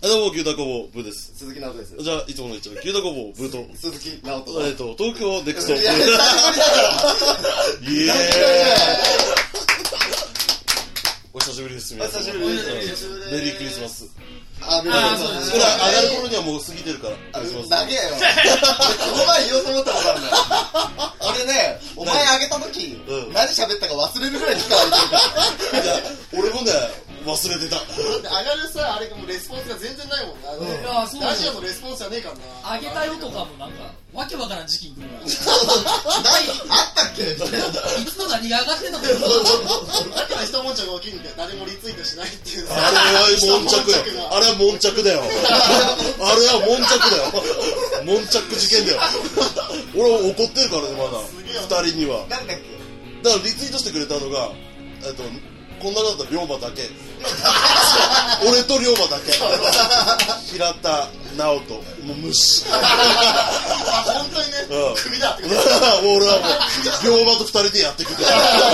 どうも、牛太工房ブーです。 鈴木直人です。 じゃあ、いつもの一番、牛太工房ブーと、 鈴木直人。 東京ネクスト。 いや、久しぶりだから。 イエーイ。お久しぶりです、皆さん。 お久しぶりです。 メリークリスマス。 あ、メリークリスマス。 これ上がる頃にはもう過ぎてるから。 長えよ。この前言おうと思ったことあるんだよ。俺ね、お前あげた時、何喋ったか忘れるぐらいしか言ってるから。 いや、俺もね、忘れてた。 だって上がるさ、あれがもうレスポンスが全然ないもんな。ラジオのレスポンスじゃねえからな。 あげたよとかもなんか、わけわからん時期に来るから。 あったっけいつの何が上がってんのか。 だから一悶着が起きるんだよ。誰もリツイートしないっていう。 あれは悶着よ。あれは悶着だよ。あれは悶着だよ。悶着事件だよ。俺は怒ってるからね、まだ。二人には。 誰だっけ。 だからリツイートしてくれたのが、こんなだったら龍馬だけ。俺と龍馬だけ。平田直人、もう無視。 本当にね、首だって。 俺はもう龍馬と二人でやってくる。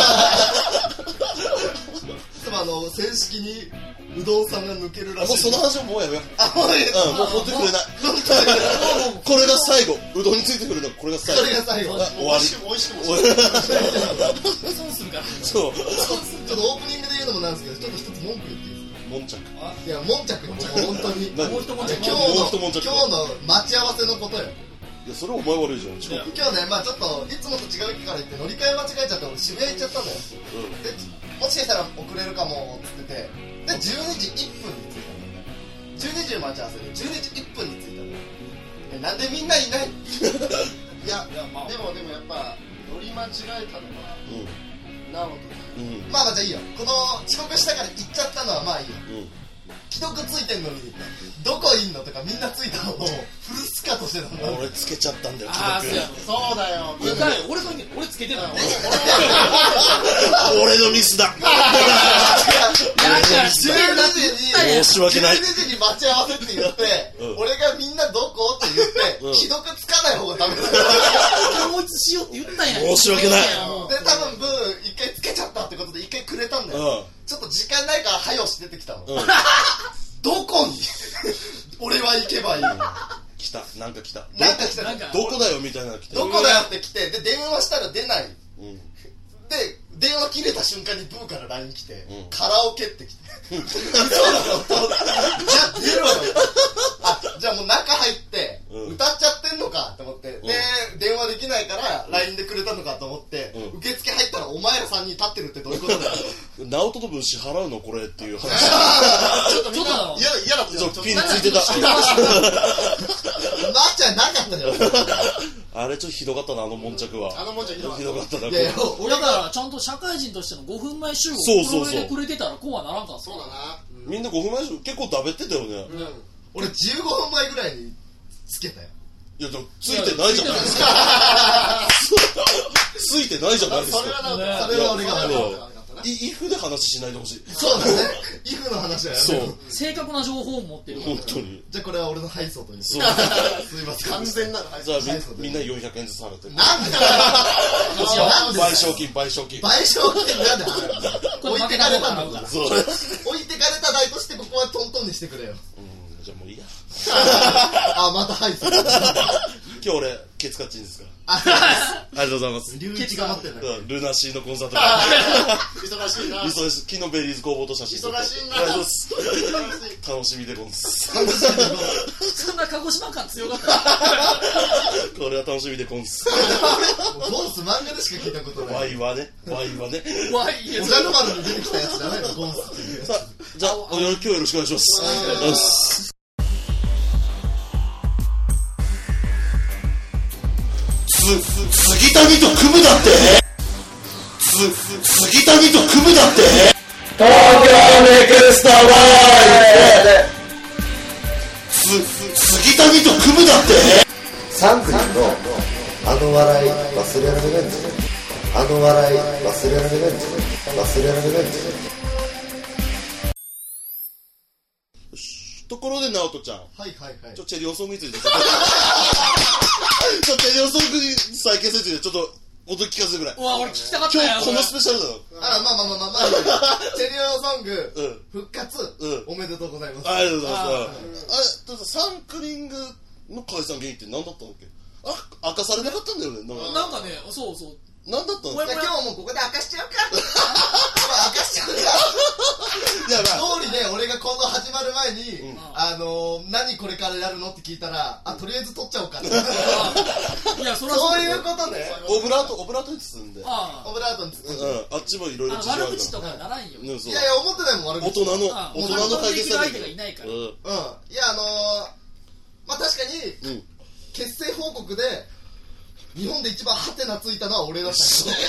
正式にうどんさんが抜けるらしい。 もうその話はもうやめよう。 もう本当にくれない。これが最後。うどんについてくるのはこれが最後。 これが最後。 終わり。 美味しくもし損するから。 そう。 ちょっとオープニングで言うのもなんですけど、ちょっと一つ文句言っていいですか。 悶着。 いや、悶着よ、本当に。 もう一悶着。 今日の待ち合わせのことよ。 いや、それお前悪いじゃん。 今日ね、まあちょっといつもと違う駅から行って乗り換え間違えちゃって俺渋谷行っちゃったんだよ。で、もしかしたら遅れるかもっつってて、で12時1分に着いたの。12時待ち合わせで12時1分に着いたの。なんでみんないない？いや、でもやっぱ乗り間違えたのは直人。まあじゃあいいよ。この遅刻したから行っちゃったのはまあいいよ。既読ついてんのにどこいんのとかみんなついたのをフルスカとしてたんだ。 俺つけちゃったんだよ、 既読。 そうだよ。 俺つけてたの。 俺のミスだ。 12 申し訳ない。 12時に待ち合わせって言って、俺がみんなどこって言って既読つかない方がダメだよ。 統一しようって言ったんや。 申し訳ない。 で多分ブー一回つけちゃったってことで一回くれたんだよ。ちょっと時間ないから早押し出てきたの。どこに俺は行けばいいの。 来た、なんか来た。 どこだよみたいなの来て。 どこだよって来て、で電話したら出ない。で電話切れた瞬間にブーから LINE 来て、カラオケって来て。そうなの。じゃあ出ろよ。じゃあもう中入って歌っちゃってんのかと思って、で電話できないから LINE でくれたのかと思って、受付入ったらお前ら3人立ってるってどういうことだよ。 直人の分支払うのこれっていう話。 ちょっとみんな嫌だったよ。 ピンついてた。 なっちゃなかったよ。 あれちょっとひどかったな、あの悶着は。ひどかったな。 俺だからちゃんと社会人としての5分前集合をプロでくれてたらこうはならんかった。 そうだな。 みんな5分前結構食べてたよね。 俺15分前ぐらいにつけたよ。 いやでもついてないじゃないですか。ついてないじゃないですか。 それは俺が悪い。 イフで話しないでほしい。 そうだね。イフの話はやめよう。 正確な情報を持ってる。 本当に。 じゃあこれは俺の配送という。すいません。完全なる配送。 じゃあみんな400円ずつ払ってる。 なんで賠償金。 賠償金なんで置いてかれたんだから。置いてかれた代としてここはトントンにしてくれよ。 じゃあもういいや。 また配送。 今日俺ケツカッチンですから。ありがとうございます。 龍一頑張ってんだ。 ルナシーのコンサート。 忙しいな。 忙しい。昨日ベリーズ工房と写真。 忙しいな。 楽しみでゴンス。 そんな鹿児島感強かった。 これは楽しみでゴンス。 ゴンス漫画でしか聞いたことない。 ワイはね。 おじゃる丸に出てきたやつじゃないのゴンスっていう。 さあじゃあ今日よろしくお願いします。杉谷と組むだって杉谷と組むだって東京ネクストボーイ杉谷と組むだってサンクリーのあの笑い忘れられないんですね。あの笑い忘れられないんですね。忘れられないんですね。 ところで直人ちゃん、チェリオソングについてチェリオソングに再結成についてちょっと音聞かせてくれ。 うわ、俺聞きたかったよ。 今日このスペシャルだよ。 まあチェリオソング復活おめでとうございます。 ありがとうございます。サンクリングの解散原因って何だったんだっけ？明かされなかったんだよね。 なんかね、そうそう。 何だったの？ 今日もここで明かしちゃうか。明かしちゃうか。 いや、まあ通りね、俺がこの始まる前に、何これからやるのって聞いたら、とりあえず撮っちゃおうかって。いや、 そういうことね。 オブラートに包んで。 オブラートに包んで。 あっちもいろいろ事情あるから。 悪口とかならんよ。 いやいや、思ってないもん、悪口。 大人の解決相手がいないから。 いや、まあ確かに、結成報告で、日本で一番ハテナついたのは俺だったけ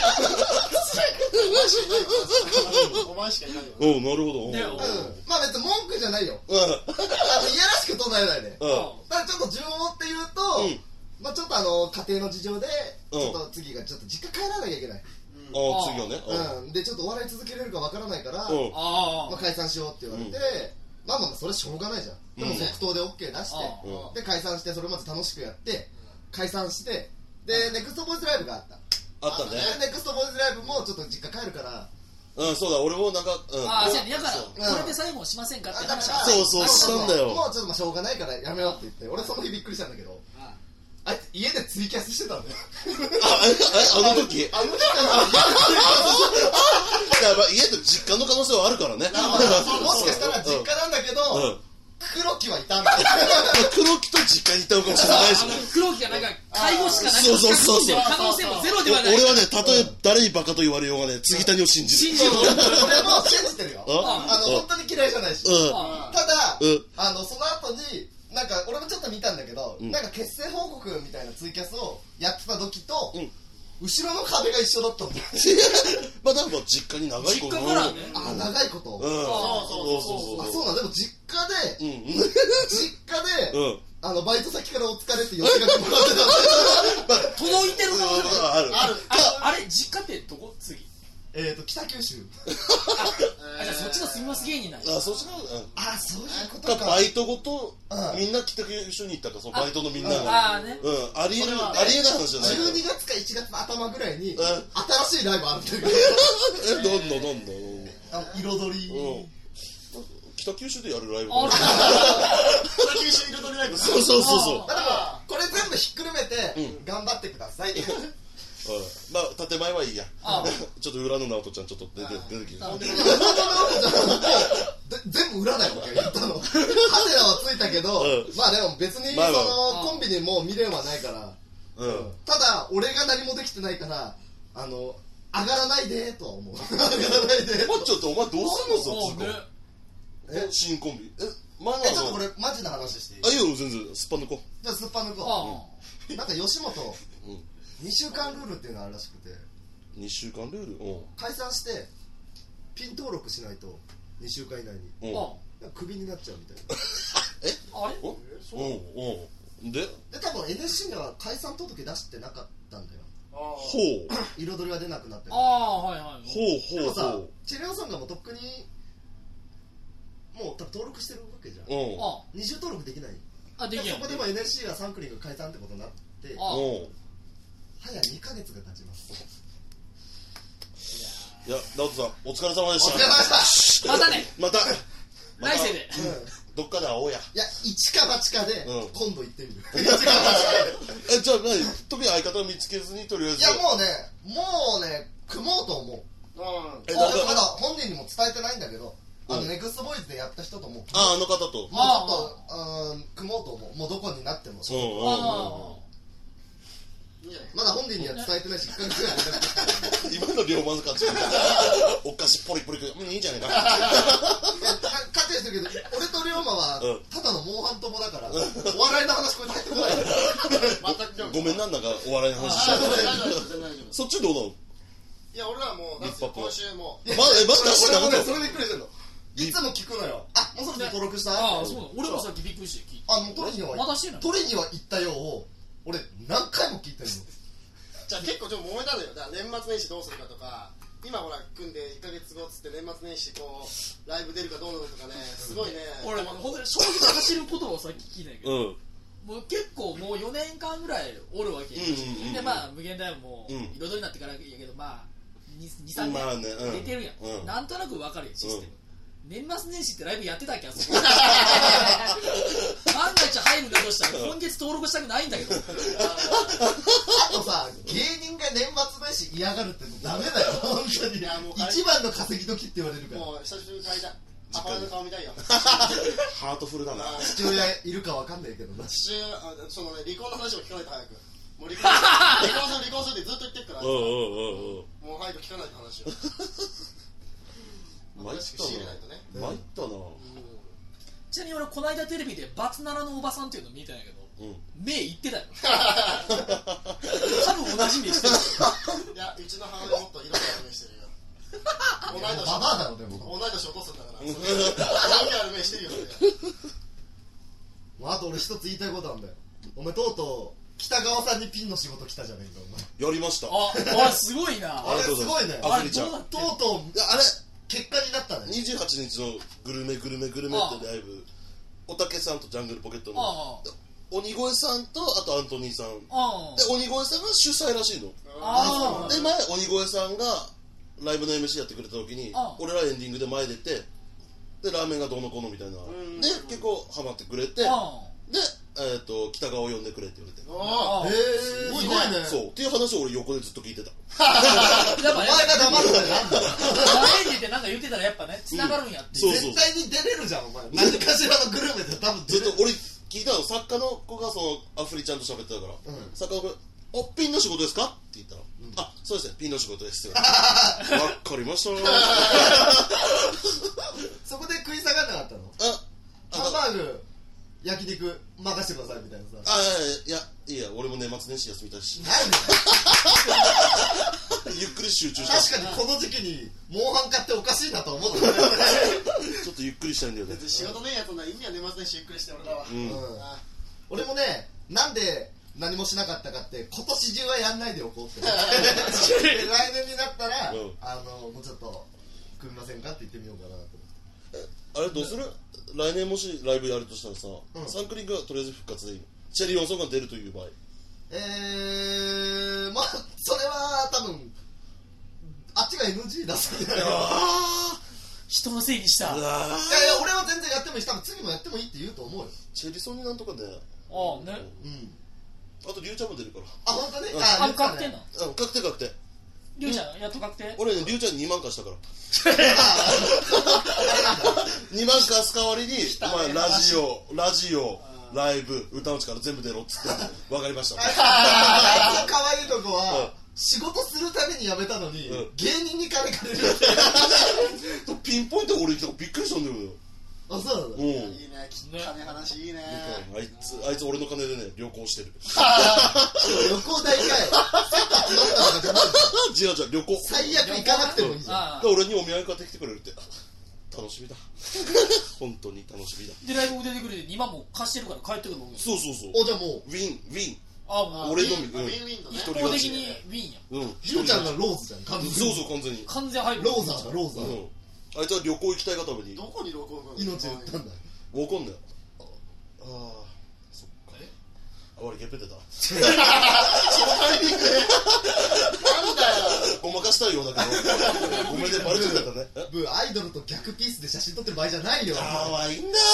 ど。 お前しかいないよ。 おう、なるほど。 まあ別に文句じゃないよ。いやらしく唱えないで。だからちょっと順を追って言うと、まあちょっと家庭の事情で、ちょっと次がちょっと実家帰らなきゃいけない。 次はね。 で、ちょっとお笑い続けれるかわからないから、まあ解散しようって言われて、まあそれしょうがないじゃん。でも即答で OK 出して、で解散して、それまず楽しくやって、解散して、で、ネクストボーイズライブがあった。 あったね。 ネクストボーイズライブもちょっと実家帰るから、 そうだ、俺もなんか、 そうやから、これで最後しませんかって話は。 そうしたんだよ。 もうちょっとしょうがないからやめようって言って、俺その日びっくりしたんだけど、あいつ家でツイキャスしてたんだよ。 あの時かな。家と実家の可能性はあるからね。 もしかしたら実家なんだけど、黒木はいたんだよ。 黒木と実家にいたのかもしれないし。 黒木がなんか介護士かなんかそう可能性もゼロではない。 俺はね、たとえ誰にバカと言われようがね、杉谷を信じる。 俺も信じてるよ。本当に嫌いじゃないし。ただ、その後に、なんか俺もちょっと見たんだけど、なんか結成報告みたいなツイキャスをやってた時と、後ろの壁が一緒だったんだよ。 まあ、だから実家に長いこと。 実家からね。 長いこと。そうなん、でも実家で、バイト先からお疲れって寄せ書きもらってた。 届いてる可能性もある。 あれ、実家ってどこ次？ 北九州。 じゃあそっちの住みます芸人なんそっちのそういうことか。 バイトごとみんな北九州に行ったか、そのバイトのみんなが。ありえない話じゃない。 12月か1月の頭ぐらいに新しいライブあるんだけど。 どんどん彩り。 北九州でやるライブ。 北九州彩りライブ。 そう。 でもこれ全部ひっくるめて頑張ってください。 まあ建前はいいや。ちょっと裏の直人ちゃんちょっと出てきて。 全部裏だよ僕言ったの。ハテナはついたけど、まあでも別にそのコンビにもう未練はないから。ただ俺が何もできてないから上がらないでとは思う。上がらないで。 ちょっとお前どうすんのそっち新コンビ。 ちょっとこれマジな話していい？ いいよ全然すっぱ抜こう。 じゃあすっぱ抜こう。なんか吉本2週間ルールっていうのがあるらしくて。 2週間ルール？ 解散してピン登録しないと2週間以内にクビになっちゃうみたいな。 あれ？ で多分 NSC には解散届出してなかったんだよ。彩りは出なくなってる。でもさ、チェレオさんがもうとっくにもう多分登録してるわけじゃん。二重登録できない。そこでも NSC がサンクリング解散ってことになって早2ヶ月が経ちます。 いや、直人さんお疲れ様でした。 お疲れ様でした。 またね。 また来世でどっかで会おうや。 いや、一か八かで今度行ってみる。 じゃあ何、特に相方を見つけずにとりあえず。 いやもうね組もうと思う。まだ本人にも伝えてないんだけど、ネクストボーイズでやった人ともあの方ともうちょっと組もうと思う。もうどこになっても。まだ本人には伝えてないし、1ヶ月ぐらい今の龍馬の感じお菓子ポリポリいいんじゃないか。 勝手にしてるけど、俺と龍馬はただのモンハン友だからお笑いの話こうやって入ってこない。 ごめんなんかお笑いの話しちゃう。そっちどうなの？ いや俺らもう今週もまだ出してなかった。 それびっくりしてんの。いつも聞くのよ。もうそろそろ登録した？ 俺もさっきびっくりして聞いた。取りには行ったよを俺何回も聞いてるの。 じゃあ結構ちょっと揉めたのよ。だから年末年始どうするかとか、今ほら組んで1ヶ月後っつって年末年始こうライブ出るかどうなのとかね、すごいね。 俺本当に正直走ることをさっき聞いたけど、 もう結構もう4年間ぐらいおるわけ、でまあ無限大ももう彩りになってからやけど、まあ 2,3 年出てるやん、なんとなく分かるよシステム、年末年始ってライブやってたっけあそこ万が一入るんだとしたら今月登録したくないんだけどあとさ、芸人が年末年始嫌がるってダメだよ本当に。一番の稼ぎ時って言われるから。 もう久しぶりに帰りたい。母親の顔見たいよ。 ハートフルだな。 父親いるかわかんないけどな。 父親、そのね、離婚の話も聞かないと早く。もう離婚するってずっと言ってるから。もう早く聞かないと話を。 参ったな。参ったな。 ちなみに俺この間テレビでバツナラのおばさんっていうの見てないけど、目いってたよ。多分同じ目してる。 いや、うちの母親もっと色々目してるよ。同い年ババアだろでも。 同い年落とすんだから。色々ある目してるよ。 あと俺一つ言いたいことあるんだよ。お前とうとう北川さんにピンの仕事来たじゃねえかお前。 やりました。 あ、すごいな。 あれすごいね。 あれどうとうとうあれ結果になったね。 28日のグルメってライブ、おたけさんとジャングルポケットの鬼越さんとあとアントニーさんで、鬼越さんが主催らしいので、前鬼越さんがライブの MC やってくれた時に俺らエンディングで前出て、でラーメンがどうのこうのみたいなで結構ハマってくれて、で北川を呼んでくれって言われて、 すごいね。 そうっていう話を俺横でずっと聞いてた。 やっぱお前が黙るってなんだよ。 前に出てなんか言ってたらやっぱね繋がるんやって。 そう絶対に出れるじゃんお前。何かしらのグルメで多分ずっと俺聞いたの、作家の子がそのアフリちゃんと喋ってたから、作家の子おピンの仕事ですかって言ったら、あ、そうですね、ピンの仕事ですってわかりましたそこで食い下がんなかったの？ハンバーグ焼肉任せてくださいみたいなさ。 いや俺も年末年始休みたいしなんでゆっくり集中した確かにこの時期にモンハン買っておかしいなと思うんだよねちょっとゆっくりしたいんだよね。 仕事ねえやつな意味は年末年始ゆっくりして俺らは。 俺もね、なんで何もしなかったかって今年中はやんないでおこうって来年になったら、もうちょっと組みませんかって言ってみようかなと。 あれどうする？来年もしライブやるとしたらさ、サンクリングはとりあえず復活でいいの？チェリー・ヨンソンが出るという場合、 まあそれは多分あっちが NG 出すんだよ。 人のせいにした。 いやいや俺は全然やってもいいし、多分次もやってもいいって言うと思うよ。 チェリソンになんとかね。あとリュウちゃんも出るから。 あ、本当に？ 確定なの？ 確定。 リュウちゃんやっと確定？ 俺ね、リュウちゃんに2万貸したから2万貸す代わりにお前ラジオライブ歌うちから全部出ろっつって分かりました。 あいつの可愛いとこは仕事するために辞めたのに芸人に金借りるってピンポイント俺に来たからびっくりしたんだよ。 あ、そうなんだ。 いいね、金話いいね。 あいつ俺の金でね旅行してる。 旅行代かい。 違う旅行。 最悪行かなくてもいいじゃん。 俺にお土産買ってきてくれるって楽しみだ。本当に楽しみだ。 でライブも出てくれて2万も貸してるから帰ってくるの。 そうお、じゃあもうウィン俺のみウィンウィンだね。 一方的にウィンや。 ひろちゃんがローズじゃん。完全に。 そう完全に完全入る。 ローザーだローザー。 あいつは旅行行きたいがためにどこに旅行行くの？ 命売ったんだ。 わかんない。そっか。俺ゲッペ出た。 そのタイミングでなんだよ。 ごまかしたいようだけどごめんね、バレちゃったね。 ブーアイドルと逆ピースで写真撮ってる場合じゃないよ。 かわいいんだ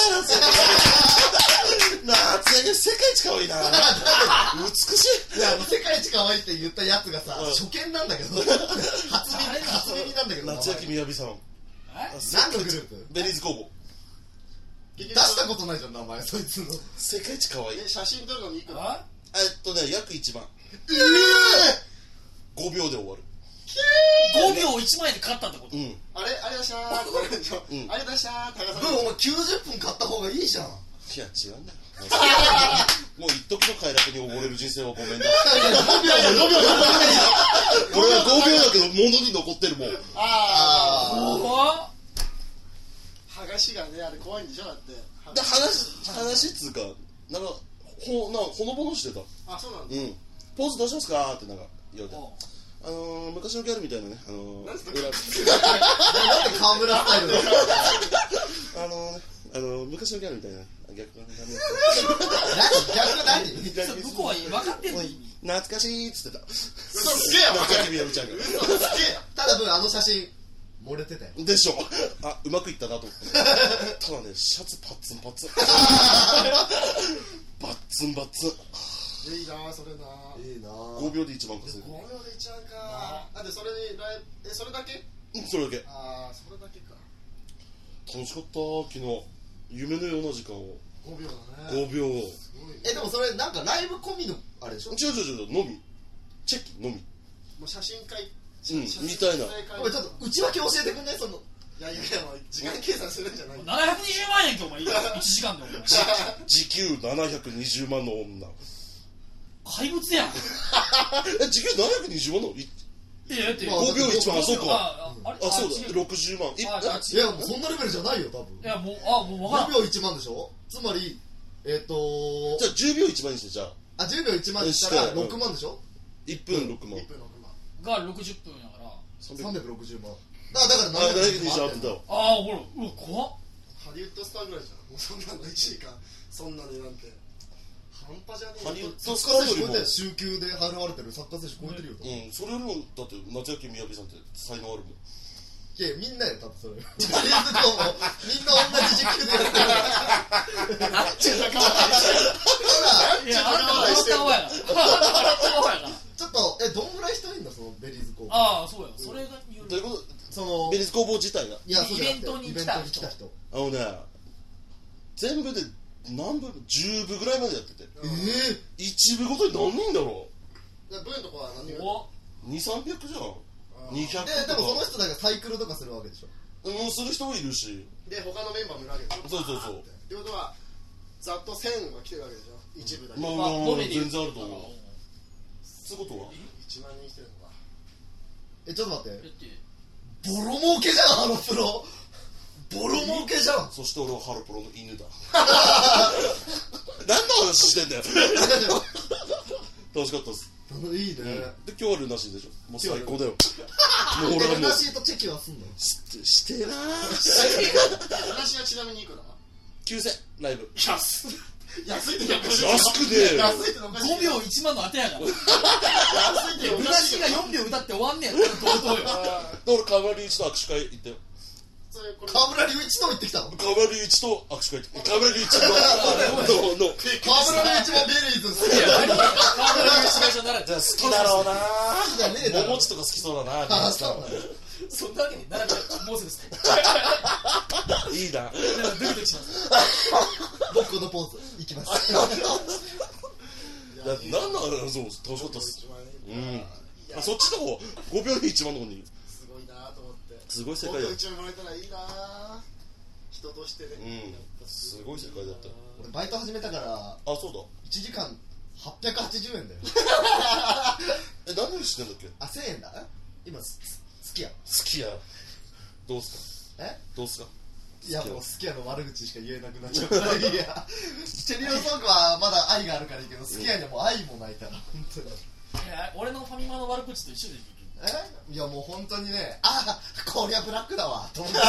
夏江世界一かわいいな。美しい。 いや世界一可愛いって言ったやつがさ初見なんだけど初耳なんだけど。 夏焼みやびさん。 何のグループ？ ベリーズ工房。 出したことないじゃん名前そいつの。 世界一かわいい。 写真撮るのにいくら？ 約1万。5秒で終わる。 5秒1万円で買ったってこと？ あれ出したーって言われるでしょ。あれ出したーって高さん。 お前90分買った方がいいじゃん。 いや違うんだよ。もう一時の快楽に溺れる人生はごめんだ。 5秒俺は5秒だけど物に残ってるもん。 怖っ。 剥がしがねあれ怖いんでしょだって。 で話っつうかなんかほのぼのしてた。 あ、そうなんだ。 ポーズどうしますかってなんか言われて。昔のギャルみたいなね。 なんで川村スタイルだ昔のギャルみたいなギ逆何向こうは分かってんのに懐かしいっつってた。 嘘つけよ中木みやびちゃんが。 嘘つけよ。 ただ分あの写真漏れてたよ。 でしょ。あ、うまくいったなと思って。ただね、シャツパッツンパッツン。バッツンバッツン。 いいなそれな。 いいな 5秒で1万稼ぐ。 5秒で1万か。だってそれにそれだけ？ うん、それだけ。 ああ、それだけか。 楽しかった昨日。夢のような時間を。 5秒だね。 5秒。 でもそれなんかライブ込みのあれでしょ。 違うのみ。チェキのみ。 もう写真会。 みたいな。 お前ちょっと内訳教えてくんねその。 いやもう時間計算するんじゃない。 720万円今日お前1時間でお前時給720万の女。 怪物やん。 時給720万のだって 5秒1万。そうか。 あそうだ60万。 いやもうそんなレベルじゃないよ多分。 いやもう分からん。 5秒1万でしょ。つまりじゃあ10秒1万にしてじゃあ 10秒1万にしたら6万でしょ。 1分6万が60分やから 360万。だから 720万ってたわ。 ほらうわ怖っ。 ハリウッドスターぐらいじゃん。もうそんなの1時間そんなになんて半端じゃねえよ。 ハリウッサッドスカー選手超えてターよりも週休で払われてるサッカー選手超えてるよ。 それよりもだって夏焼みやびさんって才能あるもん。 いやみんなよ多分それ。ジャニーズ今日もみんな同じ時給でやってる。 なんちゅう仲間いやあんた笑った方やな。 ちょっとどんぐらい人いんのそのベリーズ工房。 そうやそれが言う。 どういうこと？ そのベリーズ工房自体が。 いやそうじゃなくてイベントに来た人。 全部で何部10部ぐらいまでやってて。1部ごとに何人だろう。部のとこは何人 ？200-300じゃん。200 でもその人だけサイクルとかするわけでしょ。 する人もいるし。 で他のメンバーもいるわけでしょ。 そうってことはざっと1000が来てるわけでしょ。一部だけ。 まあ全然あると思う。ってことは 1万人来てるのか。 ちょっと待って。ボロ儲けじゃんあのプロ。ボロ儲けじゃん。 そして俺はハロプロの犬だ。何の話してんだよ。楽しかったです。 いいね。 で今日はルナシーでしょ。もう最高だよ。 もう俺はルナシーとチェキはすんの？ してなー。 ルナシーはちなみにいくら ？9000ライブ。 安いって安くねえよ。 5秒1万の当てやがる。ルナシーが4秒歌って終わんねやったら同等よ。 俺河村隆一と握手会行ったよ。 河村隆一と行ってきたの？ 河村隆一と握手会行って。河村隆一の河村隆一もベリーズ好きや。 河村隆一ならじゃあ好きだろうな。 好きじゃねえだろ。 桃地とか好きそうだな。 そんなわけに並べもうすぐですいいな。 ドキドキします。 僕のポーズいきます。 何のあれそう楽しかったっす。そっちの方5秒で1万の方にすごいなと思って。 すごい世界だ。 5秒1万もらえたらいいな人としてね。 すごい世界だった。 俺バイト始めたからそうだ 1時間880円だよ。 何にしてんだっけ 1000円だ今好きやどうすかどうすか。 いやもう好きやの悪口しか言えなくなっちゃうからいやチェリオソークはまだ愛があるからいいけど好きやにはもう愛もないから本当に。 俺のファミマの悪口と一緒でいやもう本当にねこりゃブラックだわと思って。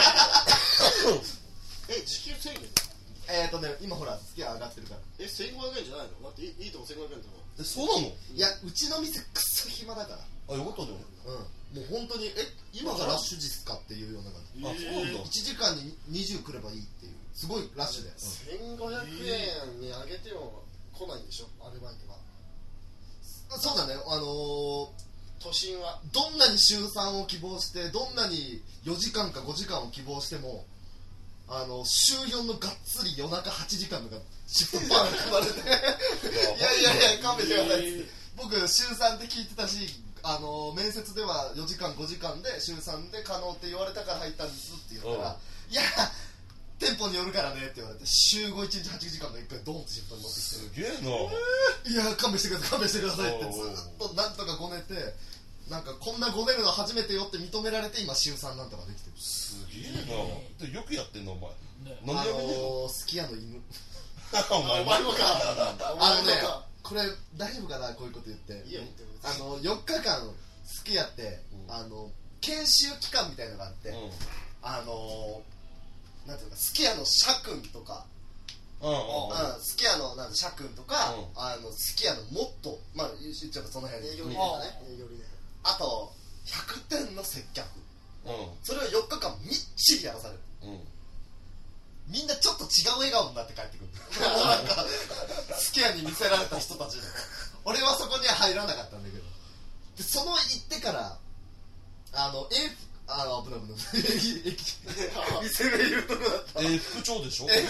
時給1000円今ほら好きや上がってるから 1500円じゃないの？だっていいとこ1500円だもん。 そうなの？ いやうちの店くっそ暇だからよかったじゃん。 もう本当に今がラッシュ時っすかっていうような感じ。 そうなんだ。 1時間に20来ればいいっていうすごいラッシュで。 1500円に上げても来ないんでしょアルバイトが。 そうだね。 都心はどんなに週3を希望してどんなに4時間か5時間を希望しても週4のがっつり夜中8時間とかシフトバーン組まれていや勘弁してくださいっつって僕週3って聞いてたし面接では4時間5時間で週3で可能って言われたから入ったんですって言ったらいや店舗によるからねって言われて週5 1日8時間の1回ドンってシフトに乗ってきてすげえな。 いや勘弁してくださいってずっとなんとかごねてなんかこんなごねるの初めてよって認められて今週3なんとかできてる。 すげえな。でよくやってんのお前。 何でやめてんの？すき家の犬。 お前もか。 これ大丈夫かなこういうこと言って。 いいよ 4日間すき家って研修期間みたいのがあってなんていうかすき家の社訓とかすき家のシャ君とかすき家のもっとまあ言っちゃえばその辺に営業リレーだね。 あと100点の接客、それを4日間みっちりやらされる、みんなちょっと違う笑顔になって帰ってくるなんかすき家に見せられた人たちで俺はそこには入らなかったんだけど、でその行ってから危ない店名言うとこだった。 副長でしょ。 副長。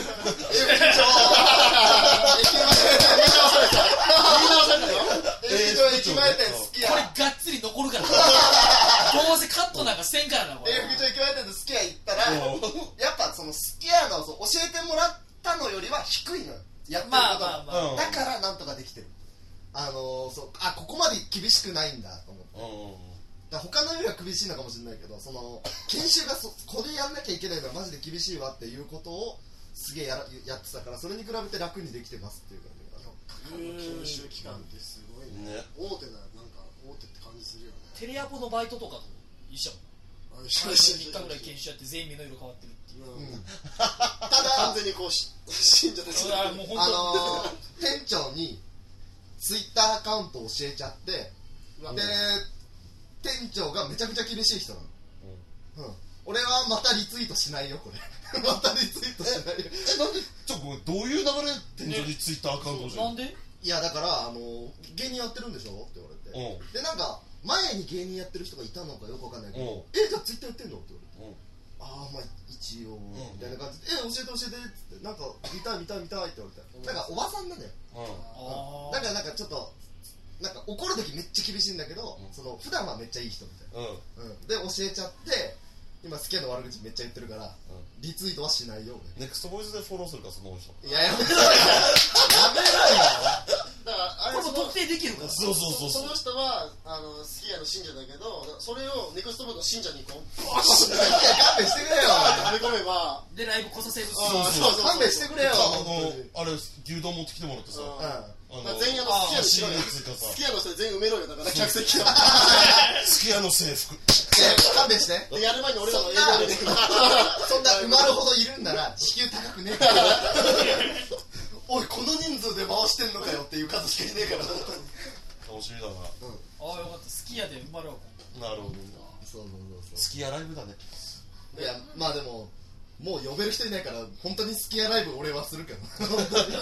駅前店好きや。 これがっつり残るから。どうせカットなんかせんからな。 副長駅前店の好きや行ったら、やっぱその好きやの教えてもらったのよりは低いのよ。やってることが。だからなんとかできてる。ここまで厳しくないんだと思って。他のよりは厳しいのかもしれないけど、その研修がこれやんなきゃいけないのはマジで厳しいわっていうことをすげえやってたから、それに比べて楽にできてますっていう感じが。研修期間ってすごいね。大手な、なんか大手って感じするよね。 テレアポのバイトとかと一緒。3日ぐらい研修やって全員目の色変わってるっていう。 ただ完全にこう信者たちがもう本当店長にツイッターアカウントを教えちゃって、で店長がめちゃくちゃ厳しい人なの、俺はまたリツイートしないよこれまたリツイートしないよなんでどういう流れで店長にツイッターアカウントを教える？ なんで？ いやだから芸人やってるんでしょって言われて、でなんか前に芸人やってる人がいたのかよくわかんないけど、じゃあツイッターやってんのって言われて、まあ一応みたいな感じで教えて教えてっつってなんか見たいって言われて、なんかおばさんなんだよ、だからなんかちょっとなんか怒るときめっちゃ厳しいんだけど、その普段はめっちゃいい人みたいな、で教えちゃって今好きなの悪口めっちゃ言ってるから、リツイートはしないよネクストボーイズでフォローするかその人。 いややめろよやめろよだからあれこれも特定できるから。 そうその人はすき家の信者だけど、それをネクストボーイズの信者にこういや勘弁してくれよはめ込めばでライブ来させる。 勘弁してくれよあれ牛丼持ってきてもらってさ、 全員すき家の人で全員埋めろよ、だから客席はすき家の制服勘弁してやる前に俺らの映像でそんな埋まるほどいるんなら時給高くねえからおいこの人数で回してんのかよっていう数しかいねえから楽しみだな。 ああよかった、すき家で埋まろうか。 なるほど。 そうすき家ライブだね。 いやまあでももう呼べる人いないから本当にすき家ライブ俺はするけど本当に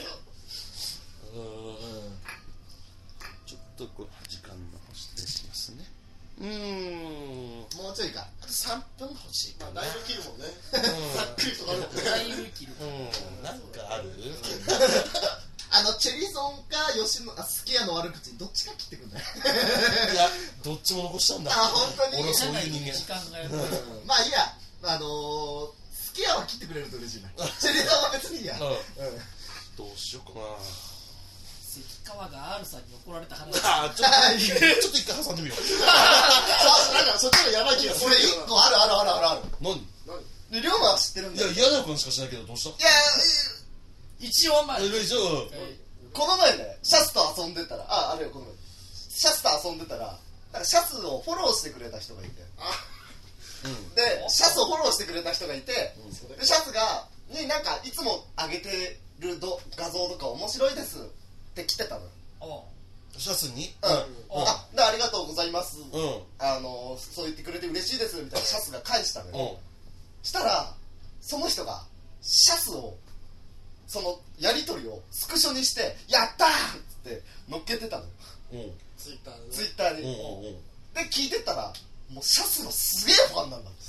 ちょっと時間の失礼しますね。 もうちょいか、 あと3分欲しいかな。 だいぶ切るもんねざっくりとかあるもんね。 だいぶ切る。 なんかある？ チェリゾンか吉野すき家の悪口どっちか切ってくんない？ いやどっちも残しちゃうんだ。 本当に俺そういう人間。 時間がやる。 まあいいや、すき家は切ってくれると嬉しいな。チェリゾンは別にいいや。 どうしようかな。 関川が R さんに怒られた話。 ちょっと一回挟んでみよう。 なんかそっちのやばい気がする。 俺1個ある。 何？ で龍馬は知ってるんだよ。 いや嫌な予感しかしないけどどうした？ いや一応まあこの前ねシャスと遊んでたらあれよこの前シャスと遊んでたらなんかシャスをフォローしてくれた人がいて、でシャスをフォローしてくれた人がいて、でシャスがになんかいつも上げてる画像とか面白いですって来てたのよ。 シャスに？ ありがとうございます、そう言ってくれて嬉しいですみたいなシャスが返したのよ。したらその人がシャスをそのやり取りをスクショにしてやったーって乗っけてたのよ、ツイッターに、で聞いてたらもうシャスのすげえファンなんだって。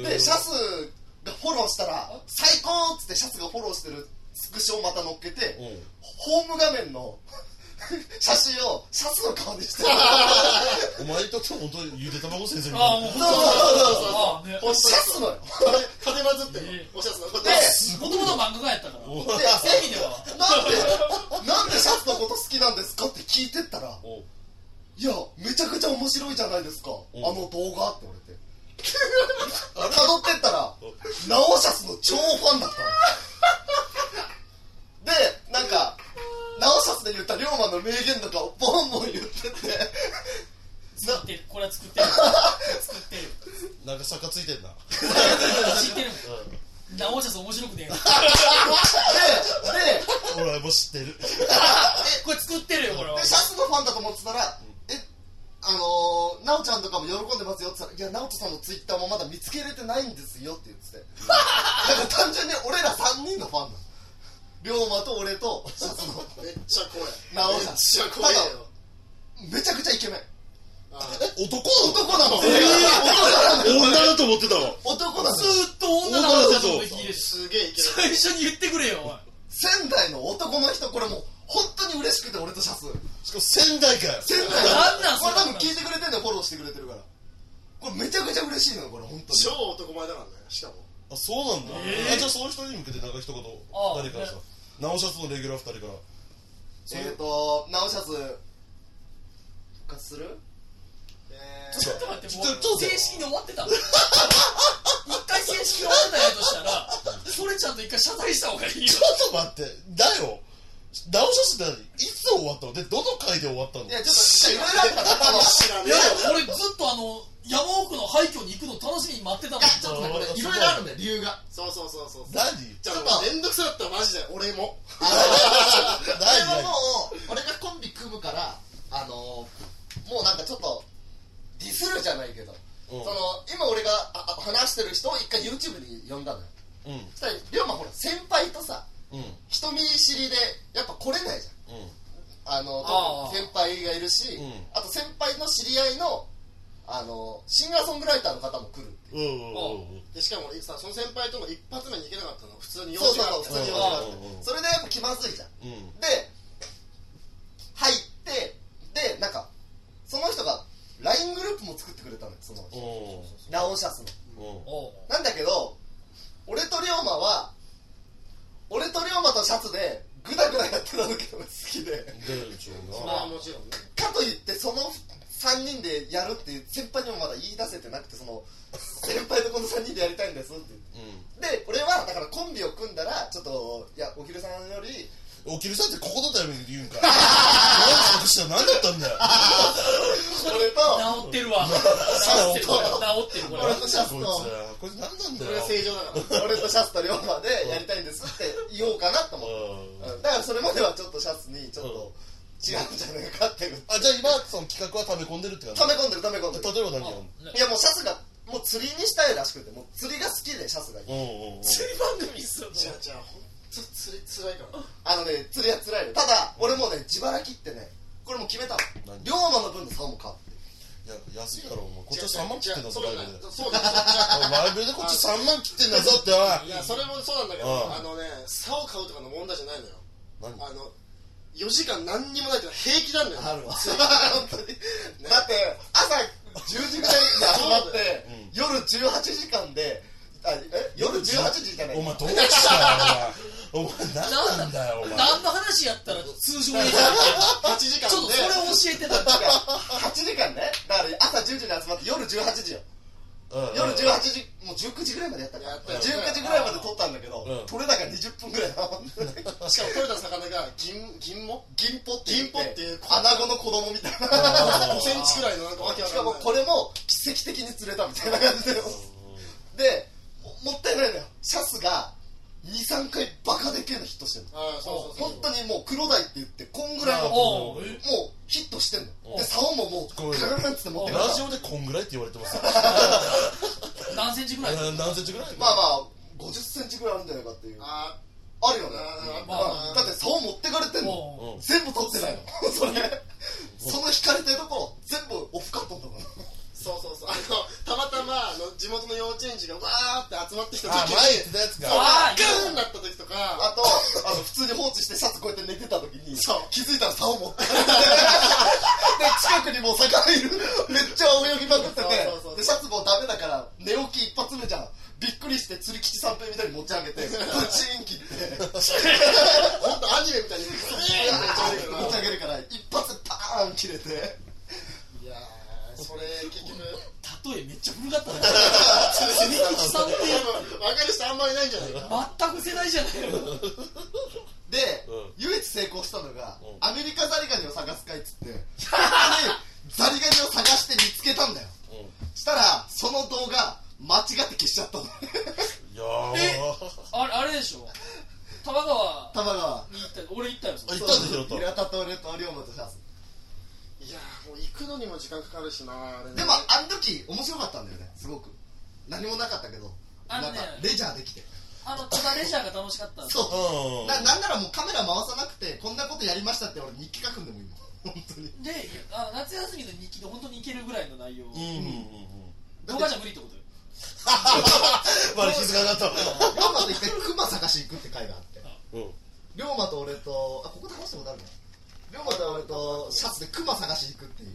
でシャスがフォローしたら最高っつってシャスがフォローしてるスクショをまた乗っけて、ホーム画面の写真をシャツの顔にしてる。 お前にとって本当にゆで卵先生みたいな。 そうシャツのよ。 金まずっておシャツのことでもともと漫画家やったから。 でそういう意味ではなんでシャツのこと好きなんですかって聞いてったら、いやめちゃくちゃ面白いじゃないですかあの動画って言われて辿ってったらナオシャツの超ファンだったのでなんかナオシャツで言った龍馬の名言とかをボンボン言っててこれは作ってるなんか坂ついてんな知ってるナオシャツ面白くねえよ。 俺も知ってる。 これ作ってるよこれ。 でシャツのファンだと思ってたら、ナオちゃんとかも喜んでますよって言ったら、いやナオトさんのツイッターもまだ見つけれてないんですよって言ってて、だから単純に俺ら3人のファンだ。龍馬と俺とシャツのめっちゃ怖い。 ナオちゃん。 めっちゃ怖いよ。 めちゃくちゃイケメン。 男なの？ 女だと思ってたわ。 男なの。 ずーっと女の子だと思って聞いてる。 すげえイケ最初に言ってくれよおい。 仙台の男の人、これもう本当に嬉しくて、俺とシャツ。 しかも仙台かよ。 仙台なんなんこれ多分聞いてくれてんだよ、フォローしてくれてるから。これめちゃくちゃ嬉しいのよ、これ本当に。 超男前だからね、しかも。 あ、そうなんだ。じゃあその人に向けてなんか一言、2人からさ、ナオシャツのレギュラー2人から。 ナオシャツ復活する？ ちょっと待って、もう正式に終わってた。一回正式に終わってたやとしたら、それちゃんと一回謝罪した方がいいよ。 ちょっと待って、だよ。ナオシャツって何？いつ終わったの？で、どの回で終わったの？ いや、ちょっといろいろあったから知らねいや、俺ずっと山奥の廃墟に行くの楽しみに待ってたのに。 ちょっとね、これいろいろあるんだよ、理由が。 そう。 何？ じゃあめんどくさかったらマジで俺も。 俺はもう、俺がコンビ組むから、もうなんかちょっとディスるじゃないけど、今俺が話してる人を一回 YouTube に呼んだのよ。そしたら龍馬ほら先輩とさ、人見知りでやっぱ来れないじゃん。先輩がいるし、あと先輩の知り合いのシンガーソングライターの方も来るっていう。 でしかもさ、その先輩とも一発目に行けなかったの。普通に用そう事があって。 普通に用事があって、それでやっぱ気まずいじゃん。で入ってでなんかその人が LINE グループも作ってくれたのよ、そのナオシャツの。なんだけど俺と龍馬とシャツでグダグダやってたのけど好きで、 まあもちろんね。 かといってその3人でやるっていう先輩にもまだ言い出せてなくて、その先輩とこの3人でやりたいんですって言って、で俺はだからコンビを組んだらちょっといやおきるさんよりおきるさんってここのタイミングで言うんか。何したら何だったんだよ。 俺と治ってるわ。治ってるこれ。 俺とシャツとこいつ何なんだよ。 これは正常だから。 俺とシャツと龍馬でやりたいんですって言おうかなと思って、だからそれまではちょっとシャツにちょっと違うんじゃないかっていう。 あ、じゃあ今その企画は溜め込んでるって感じ？ 溜め込んでる。 例えば何やんの？ いやもうシャツがもう釣りにしたいらしくて、もう釣りが好きでシャツがいい。 釣り番組するの？ じゃあほんと釣りつらいから。 釣りは辛いよ。ただ俺もね自腹切ってね、これも決めたの。龍馬の分の竿も買って。 いや安いからお前こっちは3万切ってんだぞ。 そうだ。 ライブでこっち3万切ってんだぞって。 いやそれもそうなんだけど、竿買うとかの問題じゃないのよ。4時間何にもないって平気なんだよ。 あるわ。本当に。だって朝10時ぐらいに集まって夜18時間で、夜18時じゃない。 お前どうしたお前何なんだよお前。 何の話やったら通常営業 8時間でちょっとそれを教えてた。 8時間ね。だから朝10時に集まって夜18時よ。夜18時、もう19時ぐらいまでやったから。19時ぐらいまで撮ったんだけど、撮れ高20分ぐらいな。 しかも撮れた魚が銀ポっていうアナゴの子供みたいな。 5センチくらいのなんかわけわかんない。 しかもこれも奇跡的に釣れたみたいな感じで。で、もったいないのよ。シャツが2、3回バカでけえのヒットしてるの。本当にもう黒鯛って言ってこんぐらいのもうヒットしてんの。で竿ももうガラガラって持ってる。 ラジオでこんぐらいって言われてますよ。 何センチぐらい？ 何センチぐらい？ まあ50センチぐらいあるんじゃないかっていう。あるよね。だって竿持ってかれてんの。全部取ってないの。その引かれてるとこ全部オフカットだから。 そうたまたま地元の幼稚園児がわーって集まってきた時に前言ってたやつがグーンなった時とか、 あと普通に放置してシャツこうやって寝てた時に気づいたら竿持ってで近くにもう魚いる。めっちゃ泳ぎまくってて、でシャツもうダメだから寝起き一発目じゃん。びっくりして釣り吉三平みたいに持ち上げてブチン切って本当アニメみたいに持ち上げるから一発パーン切れて。 いやそれ結局例えめっちゃ古かったね。 釣り吉さんって分かる人あんまりいないんじゃないか。 全く世代じゃないよ。 で、唯一成功したのがアメリカザリガニを探す会っつってザリガニを探して見つけたんだよ。したらその動画間違って消しちゃったの。 龍馬とシャツ。 いやもう行くのにも時間かかるしなあれ、ね、 でもあの時面白かったんだよね、すごく。何もなかったけど、なんかレジャーできて、 ただレジャーが楽しかった。 そうなんならもうカメラ回さなくてこんなことやりましたって俺日記書くんでもいいもん本当に。 で夏休みの日記で本当にいけるぐらいの内容。動画じゃ無理ってことよ。 まだ気づかなかった。 龍馬と一回クマ探し行くって回があって、龍馬と俺とここで話したことあるね。龍馬と俺とシャツでクマ探し行くっていう。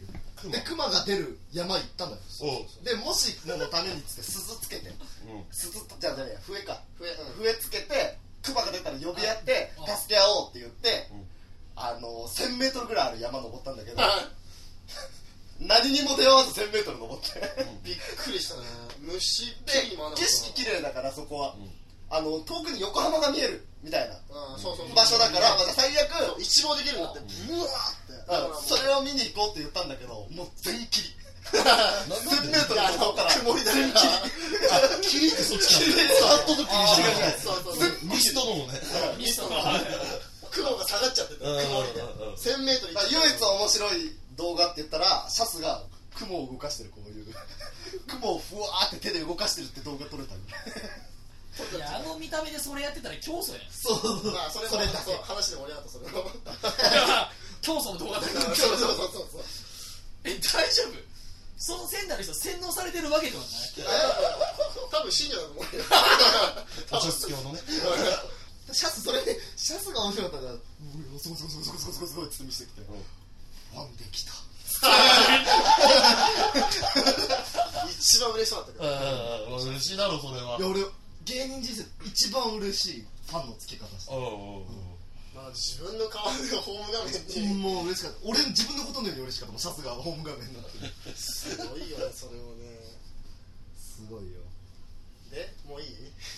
でクマが出る山行ったのよ。でもしものためにっつって鈴つけて、鈴じゃねえ笛か笛つけてクマが出たら呼び合って助け合おうって言って、1000メートルぐらいある山登ったんだけど何にも出会わず1000メートル登ってびっくりしたね。虫で景色綺麗だからそこは、遠くに横浜が見えるみたいな場所だから、まだ最悪一望できるんだって、ブワーって、 それを見に行こうって言ったんだけど、もう全切り1000メートルのとこから曇りだね。 キリってそっちか。触った時に違うミストのね。 ミストの雲が下がっちゃってて、曇りで1000メートル。 唯一面白い動画って言ったらシャスが雲を動かしてる、こういう雲をふわーって手で動かしてるって動画撮れたりいや見た目でそれやってたら競争やん。 そう、 まあそれだけ話で盛り上がった。それ競争の動画だから。 そう大丈夫？その線なる人洗脳されてるわけではない。 多分深夜だと思うよ。 お茶付きのね。 シャスが面白かったからすごいって見せてきて、ファンできた一番嬉しそうだったけど。 嬉しいだろそれは。 いや俺芸人人生一番嬉しいファンのつけ方した。 まあ自分の顔がホーム画面にもう嬉しかった。俺自分のことのように嬉しかったもん、シャツがホーム画面になってる。 すごいよね、それもね。 すごいよ。 でもういい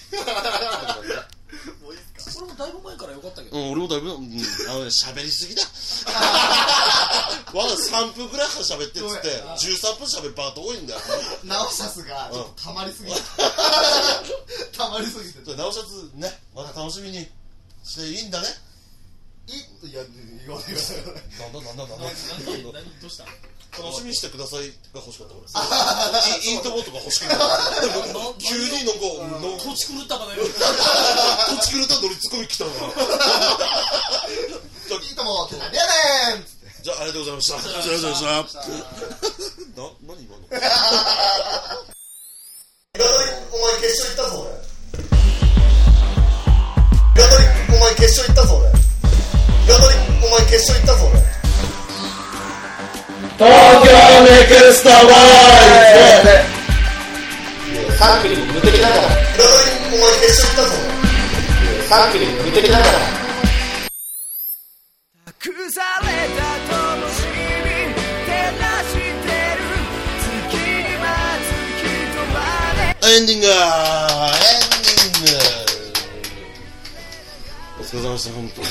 もういいっすか。 俺もだいぶ前から良かったけど。 俺もだいぶ喋りすぎだ。3分くらい喋ってっつって13分喋るパート多いんだよ。 ナオシャツがちょっと溜まりすぎて溜まりすぎて、 ナオシャツね、また楽しみにしていいんだね。 いや言わないなんだ何どうした？ 楽しみにしてくださいが欲しかった俺。いいともとか欲しかった。急になんか土地狂ったかのように土地狂ったノリツッコミ来たな。 いいともって何やねんっつって。 じゃあありがとうございました。ありがとうございました。何今の？ お前決勝行ったぞ俺。ガトリお前決勝行ったぞ俺。ガトリお前決勝行ったぞ俺。 東京ネクストボーイズ3組無敵だから。 ガトリお前決勝行ったぞ俺。 3組無敵だから。 隠された灯火に照らしてる月に待つ人まで。 エンディングお疲れ様でした。本当に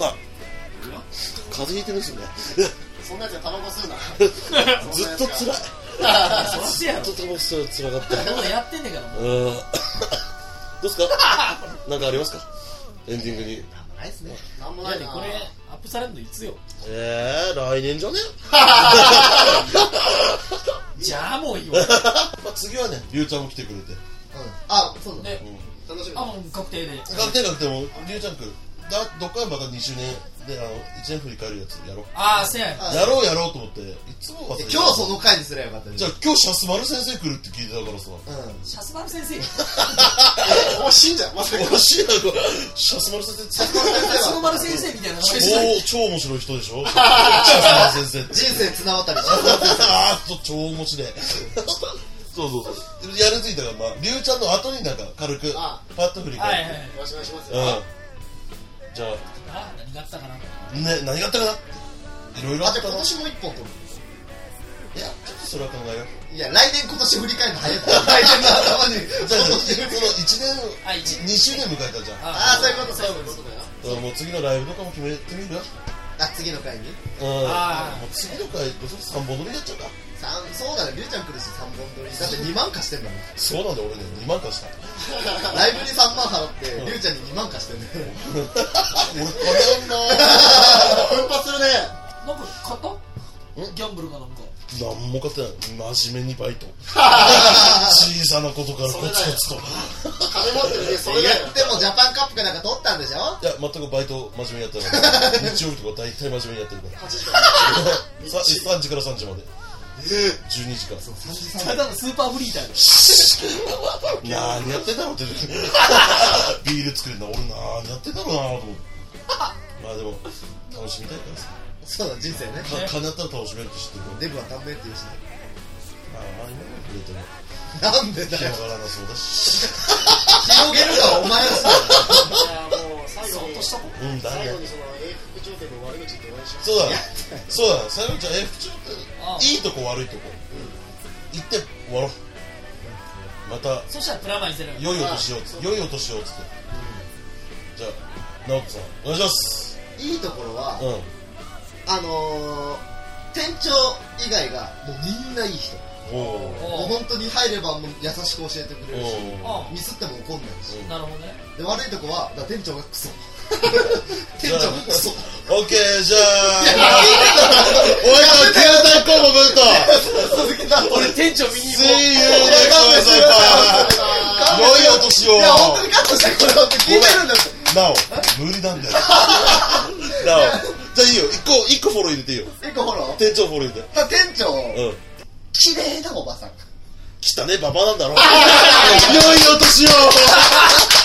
風邪ひいてるんですよね。 そんなやつがタバコ吸うな。 ずっと辛い。 そしてやろ。 ずっとタバコ吸う辛かった。 まだやってんねんからもう。 どうですか？なんかありますか？エンディングに。 ないっすね。 なんもないな。 これアップされるのいつよ？ 来年じゃね？ じゃあもういいわ。 まあ次はね、りゅうちゃんも来てくれて。 あ、そうだで、 楽しみ。 もう確定で。 確定なくてもりゅうちゃんくんどっかまた2周年で1年振り返るやつやろう。 せややろうと思っていつも忘れて。 今日その回にすればよかったね。 じゃあ今日シャスマル先生来るって聞いてたからさ。 シャスマル先生。 お死んじゃう。まさか。 おかしいなこれ。シャスマル先生。 シャスマル先生みたいな名前して超面白い人でしょ。シャスマル先生って。 人生綱渡り。 超面白い。そうやりついたから、りゅうちゃんの後になんか軽くパッと振り返って。 よろしくお願いしますよ。 じゃあ、何があったかな。 ね、何があったかな。いろいろあったな。 今年も1本取る。 いや、ちょっとそれは考えよう。 いや、来年今年振り返るの早いから。来年の頭に。 じゃあ、その1年、2周年迎えたじゃん。 そういうことそういうことだよ。もう次のライブとかも決めてみるよ。 次の回に。 もう次の回、3本撮りになっちゃうか。 そうだね、りゅうちゃん来るし3本撮り。だって2万貸してんだもん。 そうなんだよ、俺ね、2万貸した。 ライブに3万払って、りゅうちゃんに2万貸してんだよ。 俺金あんな奮発するね。 なんか買ったギャンブルかなんか何も買ってない。真面目にバイト小さなことからコツコツと金持ってるね。それだよ。 でもジャパンカップかなんか取ったんでしょ。 いや全くバイト真面目にやってるから日曜日とか大体真面目にやってるから 8時間 3時から3時まで12時間ただのスーパーフリーター何やってんだろうってビール作れるの俺何やってんだろうなと思ってまあでも楽しみたいからさそうだ人生ね。 金あったら楽しめるって知ってる。 デブはダメって言うしね。 まあ今のくれてもなんでだよ。 広がらなそうだし広げるのはお前らしい。 いやもう最後に最後にその永福町店の悪口ってお願いします。 そうだ最後にじゃあ永福町っていいとこ悪いとこ言って終わろう。またそしたらプラマイゼロ良いお年をつって良いお年をつってじゃあ直人さんお願いします。 いいところは店長以外がもうみんないい人。もう本当に入ればもう優しく教えてくれるしミスっても怒んないし。 なるほどね。 で悪いとこは店長がクソ店長がクソ。 オッケーじゃあお前と携帯コンボブート俺店長見に行こう。 See you next time 良いお年を。 いや本当にカットしてこれ本当に聞いてるんだってなお無理なんだよなおじゃあいいよ1個フォロー入れていいよ。 1個フォロー店長フォロー入れて。 店長綺麗なおばさん。 汚ねババなんだろ良いお年を